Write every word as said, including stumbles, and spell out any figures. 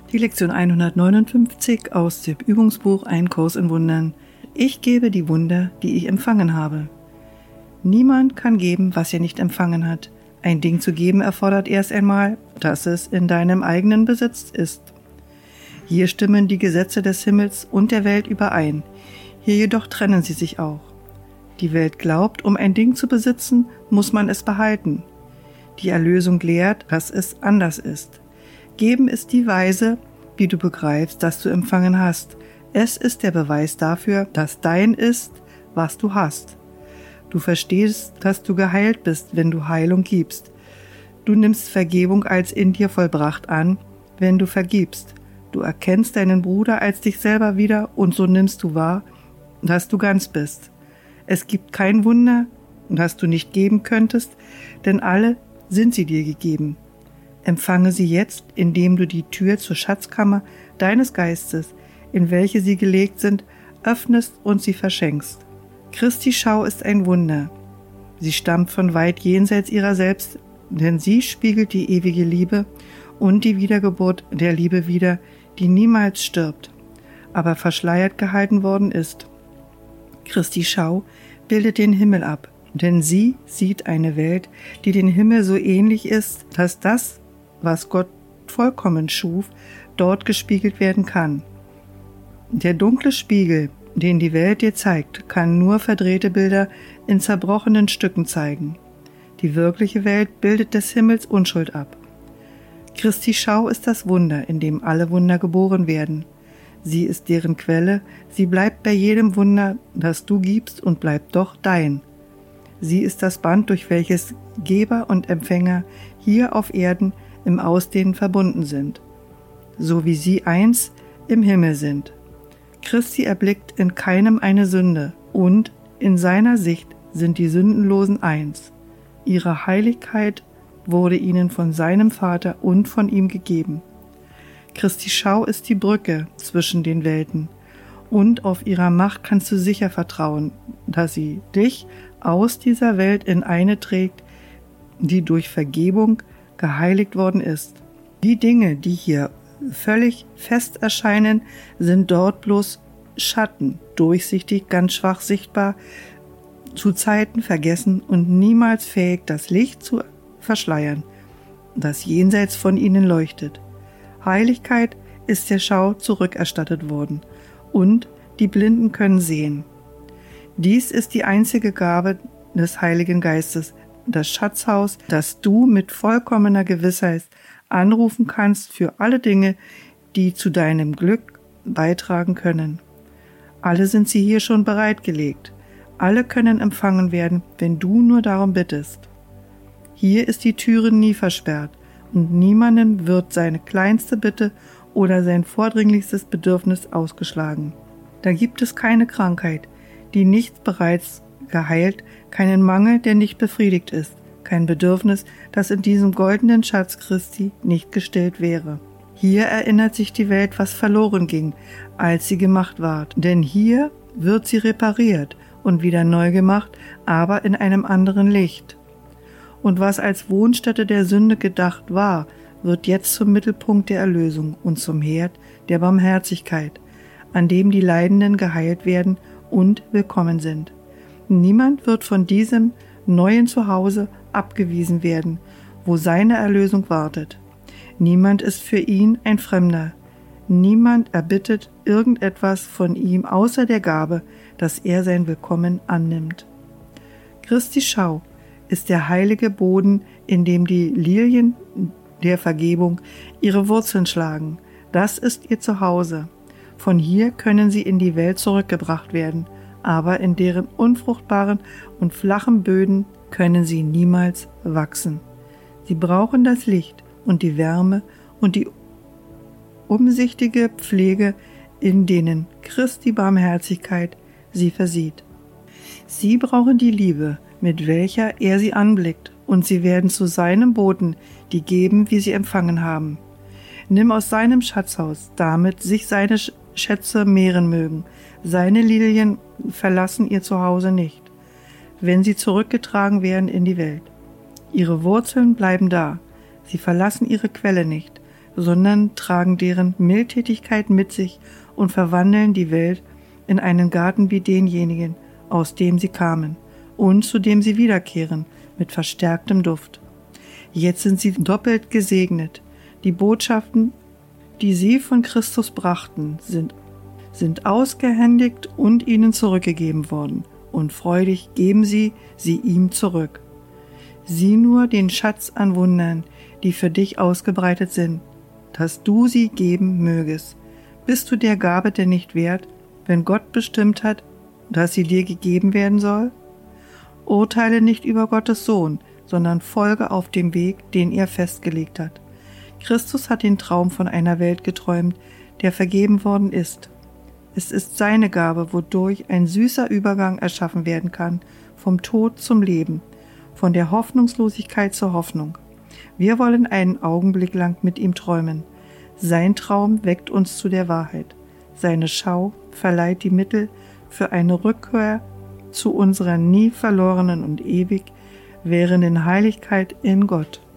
Die Lektion hundertneunundfünfzig aus dem Übungsbuch Ein Kurs in Wundern. Ich gebe die Wunder, die ich empfangen habe. Niemand kann geben, was er nicht empfangen hat. Ein Ding zu geben erfordert erst einmal, dass es in deinem eigenen Besitz ist. Hier stimmen die Gesetze des Himmels und der Welt überein. Hier jedoch trennen sie sich auch. Die Welt glaubt, um ein Ding zu besitzen, muss man es behalten. Die Erlösung lehrt, dass es anders ist. Geben ist die Weise, wie du begreifst, dass du empfangen hast. Es ist der Beweis dafür, dass dein ist, was du hast. Du verstehst, dass du geheilt bist, wenn du Heilung gibst. Du nimmst Vergebung als in dir vollbracht an, wenn du vergibst. Du erkennst deinen Bruder als dich selber wieder und so nimmst du wahr, dass du ganz bist. Es gibt kein Wunder, das du nicht geben könntest, denn alle sind sie dir gegeben. Empfange sie jetzt, indem du die Tür zur Schatzkammer deines Geistes, in welche sie gelegt sind, öffnest und sie verschenkst. Christi Schau ist ein Wunder. Sie stammt von weit jenseits ihrer selbst, denn sie spiegelt die ewige Liebe und die Wiedergeburt der Liebe wider, die niemals stirbt, aber verschleiert gehalten worden ist. Christi Schau bildet den Himmel ab, denn sie sieht eine Welt, die dem Himmel so ähnlich ist, dass das, was Gott vollkommen schuf, dort gespiegelt werden kann. Der dunkle Spiegel, den die Welt dir zeigt, kann nur verdrehte Bilder in zerbrochenen Stücken zeigen. Die wirkliche Welt bildet des Himmels Unschuld ab. Christi Schau ist das Wunder, in dem alle Wunder geboren werden. Sie ist deren Quelle, sie bleibt bei jedem Wunder, das du gibst und bleibt doch dein. Sie ist das Band, durch welches Geber und Empfänger hier auf Erden im Ausdehnen verbunden sind, so wie sie eins im Himmel sind. Christi erblickt in keinem eine Sünde und in seiner Sicht sind die Sündenlosen eins. Ihre Heiligkeit wurde ihnen von seinem Vater und von ihm gegeben. Christi Schau ist die Brücke zwischen den Welten und auf ihrer Macht kannst du sicher vertrauen, dass sie dich aus dieser Welt in eine trägt, die durch Vergebung geheiligt worden ist. Die Dinge, die hier völlig fest erscheinen, sind dort bloß Schatten, durchsichtig, ganz schwach sichtbar, zu Zeiten vergessen und niemals fähig, das Licht zu verschleiern, das jenseits von ihnen leuchtet. Heiligkeit ist der Schau zurückerstattet worden und die Blinden können sehen. Dies ist die einzige Gabe des Heiligen Geistes, das Schatzhaus, das du mit vollkommener Gewissheit anrufen kannst für alle Dinge, die zu deinem Glück beitragen können. Alle sind sie hier schon bereitgelegt. Alle können empfangen werden, wenn du nur darum bittest. Hier ist die Türe nie versperrt und niemandem wird seine kleinste Bitte oder sein vordringlichstes Bedürfnis ausgeschlagen. Da gibt es keine Krankheit, die nicht bereits geheilt, keinen Mangel, der nicht befriedigt ist, kein Bedürfnis, das in diesem goldenen Schatz Christi nicht gestillt wäre. Hier erinnert sich die Welt, was verloren ging, als sie gemacht ward, denn hier wird sie repariert und wieder neu gemacht, aber in einem anderen Licht. Und was als Wohnstätte der Sünde gedacht war, wird jetzt zum Mittelpunkt der Erlösung und zum Herd der Barmherzigkeit, an dem die Leidenden geheilt werden und willkommen sind. Niemand wird von diesem neuen Zuhause abgewiesen werden, wo seine Erlösung wartet. Niemand ist für ihn ein Fremder. Niemand erbittet irgendetwas von ihm außer der Gabe, dass er sein Willkommen annimmt. Christi Schau ist der heilige Boden, in dem die Lilien der Vergebung ihre Wurzeln schlagen. Das ist ihr Zuhause. Von hier können sie in die Welt zurückgebracht werden, aber in deren unfruchtbaren und flachen Böden können sie niemals wachsen. Sie brauchen das Licht und die Wärme und die umsichtige Pflege, in denen Christi Barmherzigkeit sie versieht. Sie brauchen die Liebe, mit welcher er sie anblickt, und sie werden zu seinem Boten, die geben, wie sie empfangen haben. Nimm aus seinem Schatzhaus, damit sich seine Schätze mehren mögen. Seine Lilien verlassen ihr Zuhause nicht, wenn sie zurückgetragen werden in die Welt. Ihre Wurzeln bleiben da, sie verlassen ihre Quelle nicht, sondern tragen deren Mildtätigkeit mit sich und verwandeln die Welt in einen Garten wie denjenigen, aus dem sie kamen und zu dem sie wiederkehren, mit verstärktem Duft. Jetzt sind sie doppelt gesegnet. Die Botschaften, die sie von Christus brachten, sind, sind ausgehändigt und ihnen zurückgegeben worden, und freudig geben sie sie ihm zurück. Sieh nur den Schatz an Wundern, die für dich ausgebreitet sind, dass du sie geben mögest. Bist du der Gabe denn nicht wert, wenn Gott bestimmt hat, dass sie dir gegeben werden soll? Urteile nicht über Gottes Sohn, sondern folge auf dem Weg, den er festgelegt hat. Christus hat den Traum von einer Welt geträumt, der vergeben worden ist. Es ist seine Gabe, wodurch ein süßer Übergang erschaffen werden kann, vom Tod zum Leben, von der Hoffnungslosigkeit zur Hoffnung. Wir wollen einen Augenblick lang mit ihm träumen. Sein Traum weckt uns zu der Wahrheit. Seine Schau verleiht die Mittel für eine Rückkehr zu unserer nie verlorenen und ewig währenden Heiligkeit in Gott.